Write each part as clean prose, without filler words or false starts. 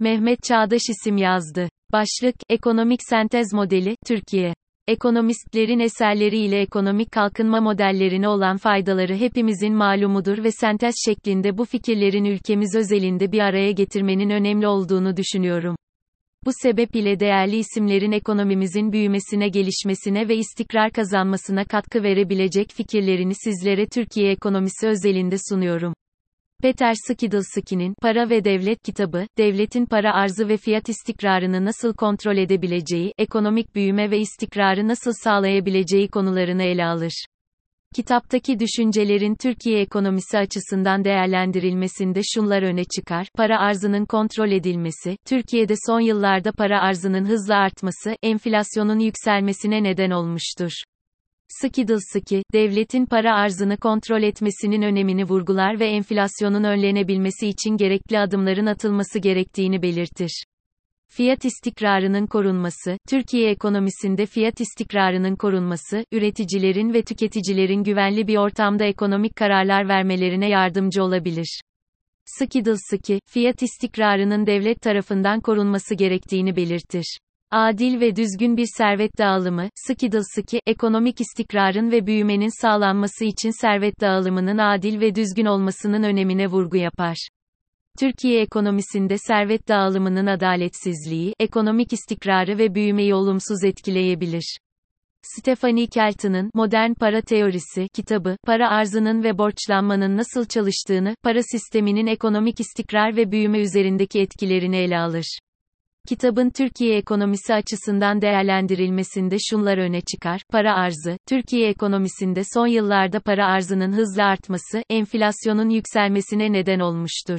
Mehmet Çağdaş isim yazdı. Başlık, Ekonomik Sentez Modeli, Türkiye. Ekonomistlerin eserleriyle ekonomik kalkınma modellerine olan faydaları hepimizin malumudur ve sentez şeklinde bu fikirlerin ülkemiz özelinde bir araya getirmenin önemli olduğunu düşünüyorum. Bu sebep ile değerli isimlerin ekonomimizin büyümesine, gelişmesine ve istikrar kazanmasına katkı verebilecek fikirlerini sizlere Türkiye ekonomisi özelinde sunuyorum. Peter Skidelsky'nin Para ve Devlet kitabı, devletin para arzı ve fiyat istikrarını nasıl kontrol edebileceği, ekonomik büyüme ve istikrarı nasıl sağlayabileceği konularını ele alır. Kitaptaki düşüncelerin Türkiye ekonomisi açısından değerlendirilmesinde şunlar öne çıkar: para arzının kontrol edilmesi, Türkiye'de son yıllarda para arzının hızla artması, enflasyonun yükselmesine neden olmuştur. Skidelsky, devletin para arzını kontrol etmesinin önemini vurgular ve enflasyonun önlenebilmesi için gerekli adımların atılması gerektiğini belirtir. Fiyat istikrarının korunması, Türkiye ekonomisinde fiyat istikrarının korunması, üreticilerin ve tüketicilerin güvenli bir ortamda ekonomik kararlar vermelerine yardımcı olabilir. Skidelsky, fiyat istikrarının devlet tarafından korunması gerektiğini belirtir. Adil ve düzgün bir servet dağılımı, Skidelsky, ekonomik istikrarın ve büyümenin sağlanması için servet dağılımının adil ve düzgün olmasının önemine vurgu yapar. Türkiye ekonomisinde servet dağılımının adaletsizliği, ekonomik istikrarı ve büyümeyi olumsuz etkileyebilir. Stephanie Kelton'ın Modern Para Teorisi kitabı, para arzının ve borçlanmanın nasıl çalıştığını, para sisteminin ekonomik istikrar ve büyüme üzerindeki etkilerini ele alır. Kitabın Türkiye ekonomisi açısından değerlendirilmesinde şunlar öne çıkar: para arzı, Türkiye ekonomisinde son yıllarda para arzının hızla artması, enflasyonun yükselmesine neden olmuştur.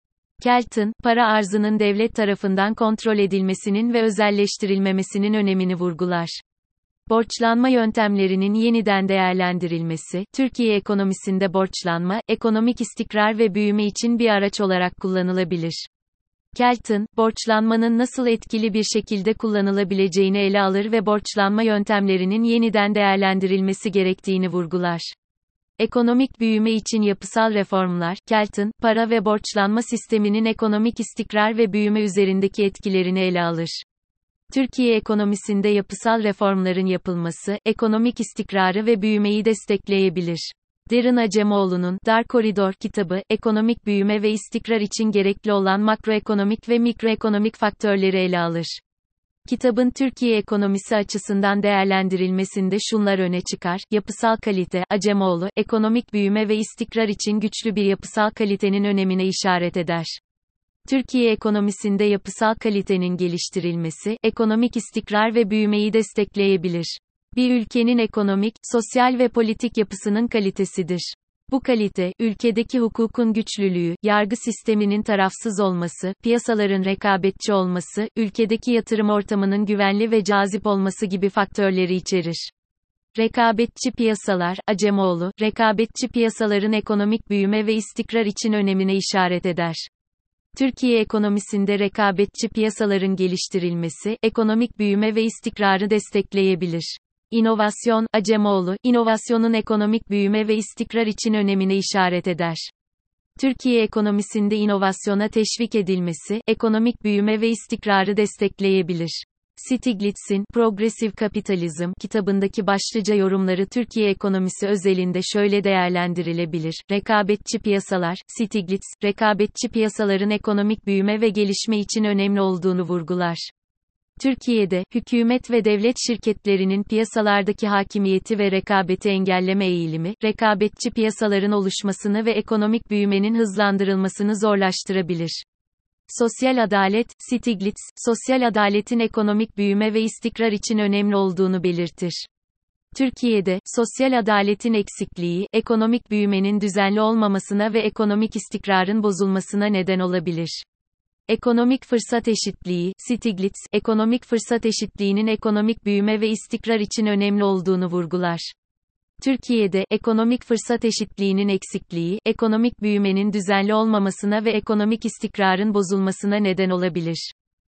Kelton, para arzının devlet tarafından kontrol edilmesinin ve özelleştirilmemesinin önemini vurgular. Borçlanma yöntemlerinin yeniden değerlendirilmesi, Türkiye ekonomisinde borçlanma, ekonomik istikrar ve büyüme için bir araç olarak kullanılabilir. Kelton, borçlanmanın nasıl etkili bir şekilde kullanılabileceğini ele alır ve borçlanma yöntemlerinin yeniden değerlendirilmesi gerektiğini vurgular. Ekonomik büyüme için yapısal reformlar, Kelton, para ve borçlanma sisteminin ekonomik istikrar ve büyüme üzerindeki etkilerini ele alır. Türkiye ekonomisinde yapısal reformların yapılması, ekonomik istikrarı ve büyümeyi destekleyebilir. Derin Acemoğlu'nun Dar Koridor kitabı, ekonomik büyüme ve istikrar için gerekli olan makroekonomik ve mikroekonomik faktörleri ele alır. Kitabın Türkiye ekonomisi açısından değerlendirilmesinde şunlar öne çıkar: yapısal kalite, Acemoğlu, ekonomik büyüme ve istikrar için güçlü bir yapısal kalitenin önemine işaret eder. Türkiye ekonomisinde yapısal kalitenin geliştirilmesi, ekonomik istikrar ve büyümeyi destekleyebilir. Bir ülkenin ekonomik, sosyal ve politik yapısının kalitesidir. Bu kalite, ülkedeki hukukun güçlülüğü, yargı sisteminin tarafsız olması, piyasaların rekabetçi olması, ülkedeki yatırım ortamının güvenli ve cazip olması gibi faktörleri içerir. Rekabetçi piyasalar, Acemoğlu, rekabetçi piyasaların ekonomik büyüme ve istikrar için önemine işaret eder. Türkiye ekonomisinde rekabetçi piyasaların geliştirilmesi, ekonomik büyüme ve istikrarı destekleyebilir. İnovasyon, Acemoğlu, inovasyonun ekonomik büyüme ve istikrar için önemine işaret eder. Türkiye ekonomisinde inovasyona teşvik edilmesi, ekonomik büyüme ve istikrarı destekleyebilir. Stiglitz'in Progressive Capitalism kitabındaki başlıca yorumları Türkiye ekonomisi özelinde şöyle değerlendirilebilir: rekabetçi piyasalar, Stiglitz, rekabetçi piyasaların ekonomik büyüme ve gelişme için önemli olduğunu vurgular. Türkiye'de, hükümet ve devlet şirketlerinin piyasalardaki hakimiyeti ve rekabeti engelleme eğilimi, rekabetçi piyasaların oluşmasını ve ekonomik büyümenin hızlandırılmasını zorlaştırabilir. Sosyal adalet, Stiglitz, sosyal adaletin ekonomik büyüme ve istikrar için önemli olduğunu belirtir. Türkiye'de, sosyal adaletin eksikliği, ekonomik büyümenin düzenli olmamasına ve ekonomik istikrarın bozulmasına neden olabilir. Ekonomik fırsat eşitliği, Stiglitz, ekonomik fırsat eşitliğinin ekonomik büyüme ve istikrar için önemli olduğunu vurgular. Türkiye'de, ekonomik fırsat eşitliğinin eksikliği, ekonomik büyümenin düzenli olmamasına ve ekonomik istikrarın bozulmasına neden olabilir.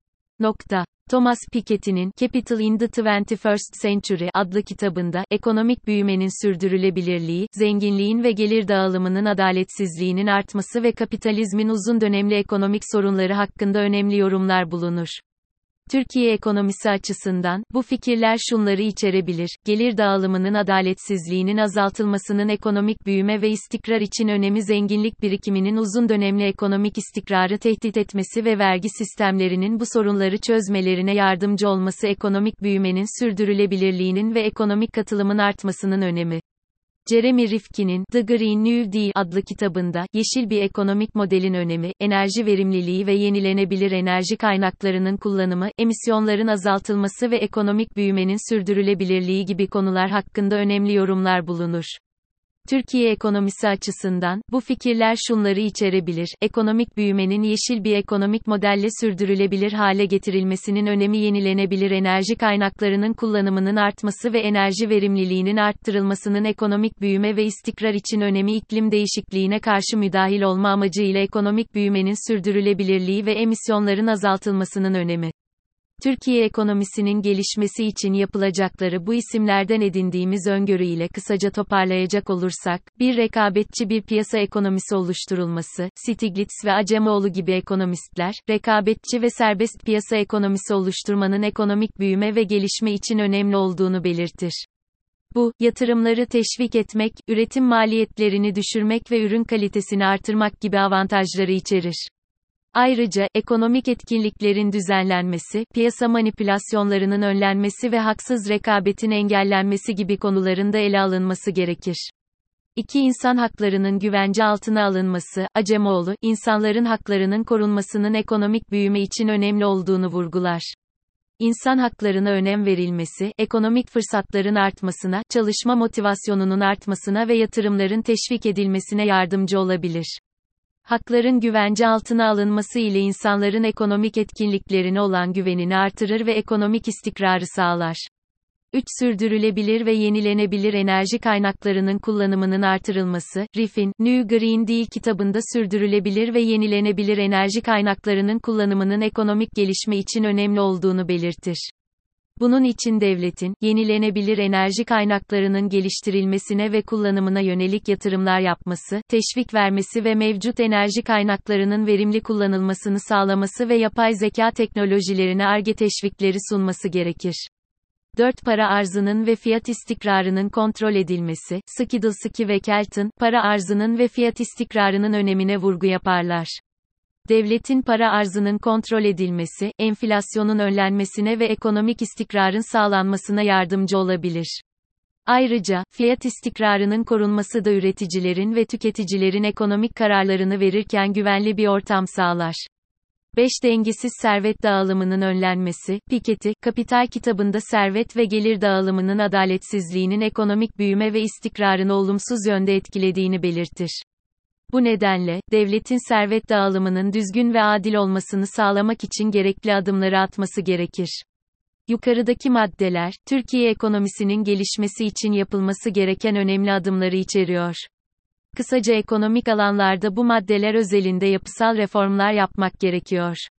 Thomas Piketty'nin Capital in the 21st Century adlı kitabında, ekonomik büyümenin sürdürülebilirliği, zenginliğin ve gelir dağılımının adaletsizliğinin artması ve kapitalizmin uzun dönemli ekonomik sorunları hakkında önemli yorumlar bulunur. Türkiye ekonomisi açısından, bu fikirler şunları içerebilir: gelir dağılımının adaletsizliğinin azaltılmasının ekonomik büyüme ve istikrar için önemi, zenginlik birikiminin uzun dönemli ekonomik istikrarı tehdit etmesi ve vergi sistemlerinin bu sorunları çözmelerine yardımcı olması, ekonomik büyümenin sürdürülebilirliğinin ve ekonomik katılımın artmasının önemi. Jeremy Rifkin'in The Green New Deal adlı kitabında, yeşil bir ekonomik modelin önemi, enerji verimliliği ve yenilenebilir enerji kaynaklarının kullanımı, emisyonların azaltılması ve ekonomik büyümenin sürdürülebilirliği gibi konular hakkında önemli yorumlar bulunur. Türkiye ekonomisi açısından, bu fikirler şunları içerebilir: ekonomik büyümenin yeşil bir ekonomik modelle sürdürülebilir hale getirilmesinin önemi, yenilenebilir enerji kaynaklarının kullanımının artması ve enerji verimliliğinin arttırılmasının ekonomik büyüme ve istikrar için önemi, iklim değişikliğine karşı müdahil olma amacıyla ekonomik büyümenin sürdürülebilirliği ve emisyonların azaltılmasının önemi. Türkiye ekonomisinin gelişmesi için yapılacakları bu isimlerden edindiğimiz öngörü ile kısaca toparlayacak olursak, rekabetçi bir piyasa ekonomisi oluşturulması, Stiglitz ve Acemoğlu gibi ekonomistler, rekabetçi ve serbest piyasa ekonomisi oluşturmanın ekonomik büyüme ve gelişme için önemli olduğunu belirtir. Bu, yatırımları teşvik etmek, üretim maliyetlerini düşürmek ve ürün kalitesini artırmak gibi avantajları içerir. Ayrıca, ekonomik etkinliklerin düzenlenmesi, piyasa manipülasyonlarının önlenmesi ve haksız rekabetin engellenmesi gibi konuların da ele alınması gerekir. İnsan haklarının güvence altına alınması, Acemoğlu, insanların haklarının korunmasının ekonomik büyüme için önemli olduğunu vurgular. İnsan haklarına önem verilmesi, ekonomik fırsatların artmasına, çalışma motivasyonunun artmasına ve yatırımların teşvik edilmesine yardımcı olabilir. Hakların güvence altına alınması ile insanların ekonomik etkinliklerine olan güvenini artırır ve ekonomik istikrarı sağlar. Sürdürülebilir ve yenilenebilir enerji kaynaklarının kullanımının artırılması, Riff'in New Green Deal kitabında sürdürülebilir ve yenilenebilir enerji kaynaklarının kullanımının ekonomik gelişme için önemli olduğunu belirtir. Bunun için devletin, yenilenebilir enerji kaynaklarının geliştirilmesine ve kullanımına yönelik yatırımlar yapması, teşvik vermesi ve mevcut enerji kaynaklarının verimli kullanılmasını sağlaması ve yapay zeka teknolojilerine Ar-Ge teşvikleri sunması gerekir. Para arzının ve fiyat istikrarının kontrol edilmesi, Skidelsky ve Kelton, para arzının ve fiyat istikrarının önemine vurgu yaparlar. Devletin para arzının kontrol edilmesi, enflasyonun önlenmesine ve ekonomik istikrarın sağlanmasına yardımcı olabilir. Ayrıca, fiyat istikrarının korunması da üreticilerin ve tüketicilerin ekonomik kararlarını verirken güvenli bir ortam sağlar. Dengesiz servet dağılımının önlenmesi, Piketty, Kapital kitabında servet ve gelir dağılımının adaletsizliğinin ekonomik büyüme ve istikrarını olumsuz yönde etkilediğini belirtir. Bu nedenle, devletin servet dağılımının düzgün ve adil olmasını sağlamak için gerekli adımları atması gerekir. Yukarıdaki maddeler, Türkiye ekonomisinin gelişmesi için yapılması gereken önemli adımları içeriyor. Kısaca ekonomik alanlarda bu maddeler özelinde yapısal reformlar yapmak gerekiyor.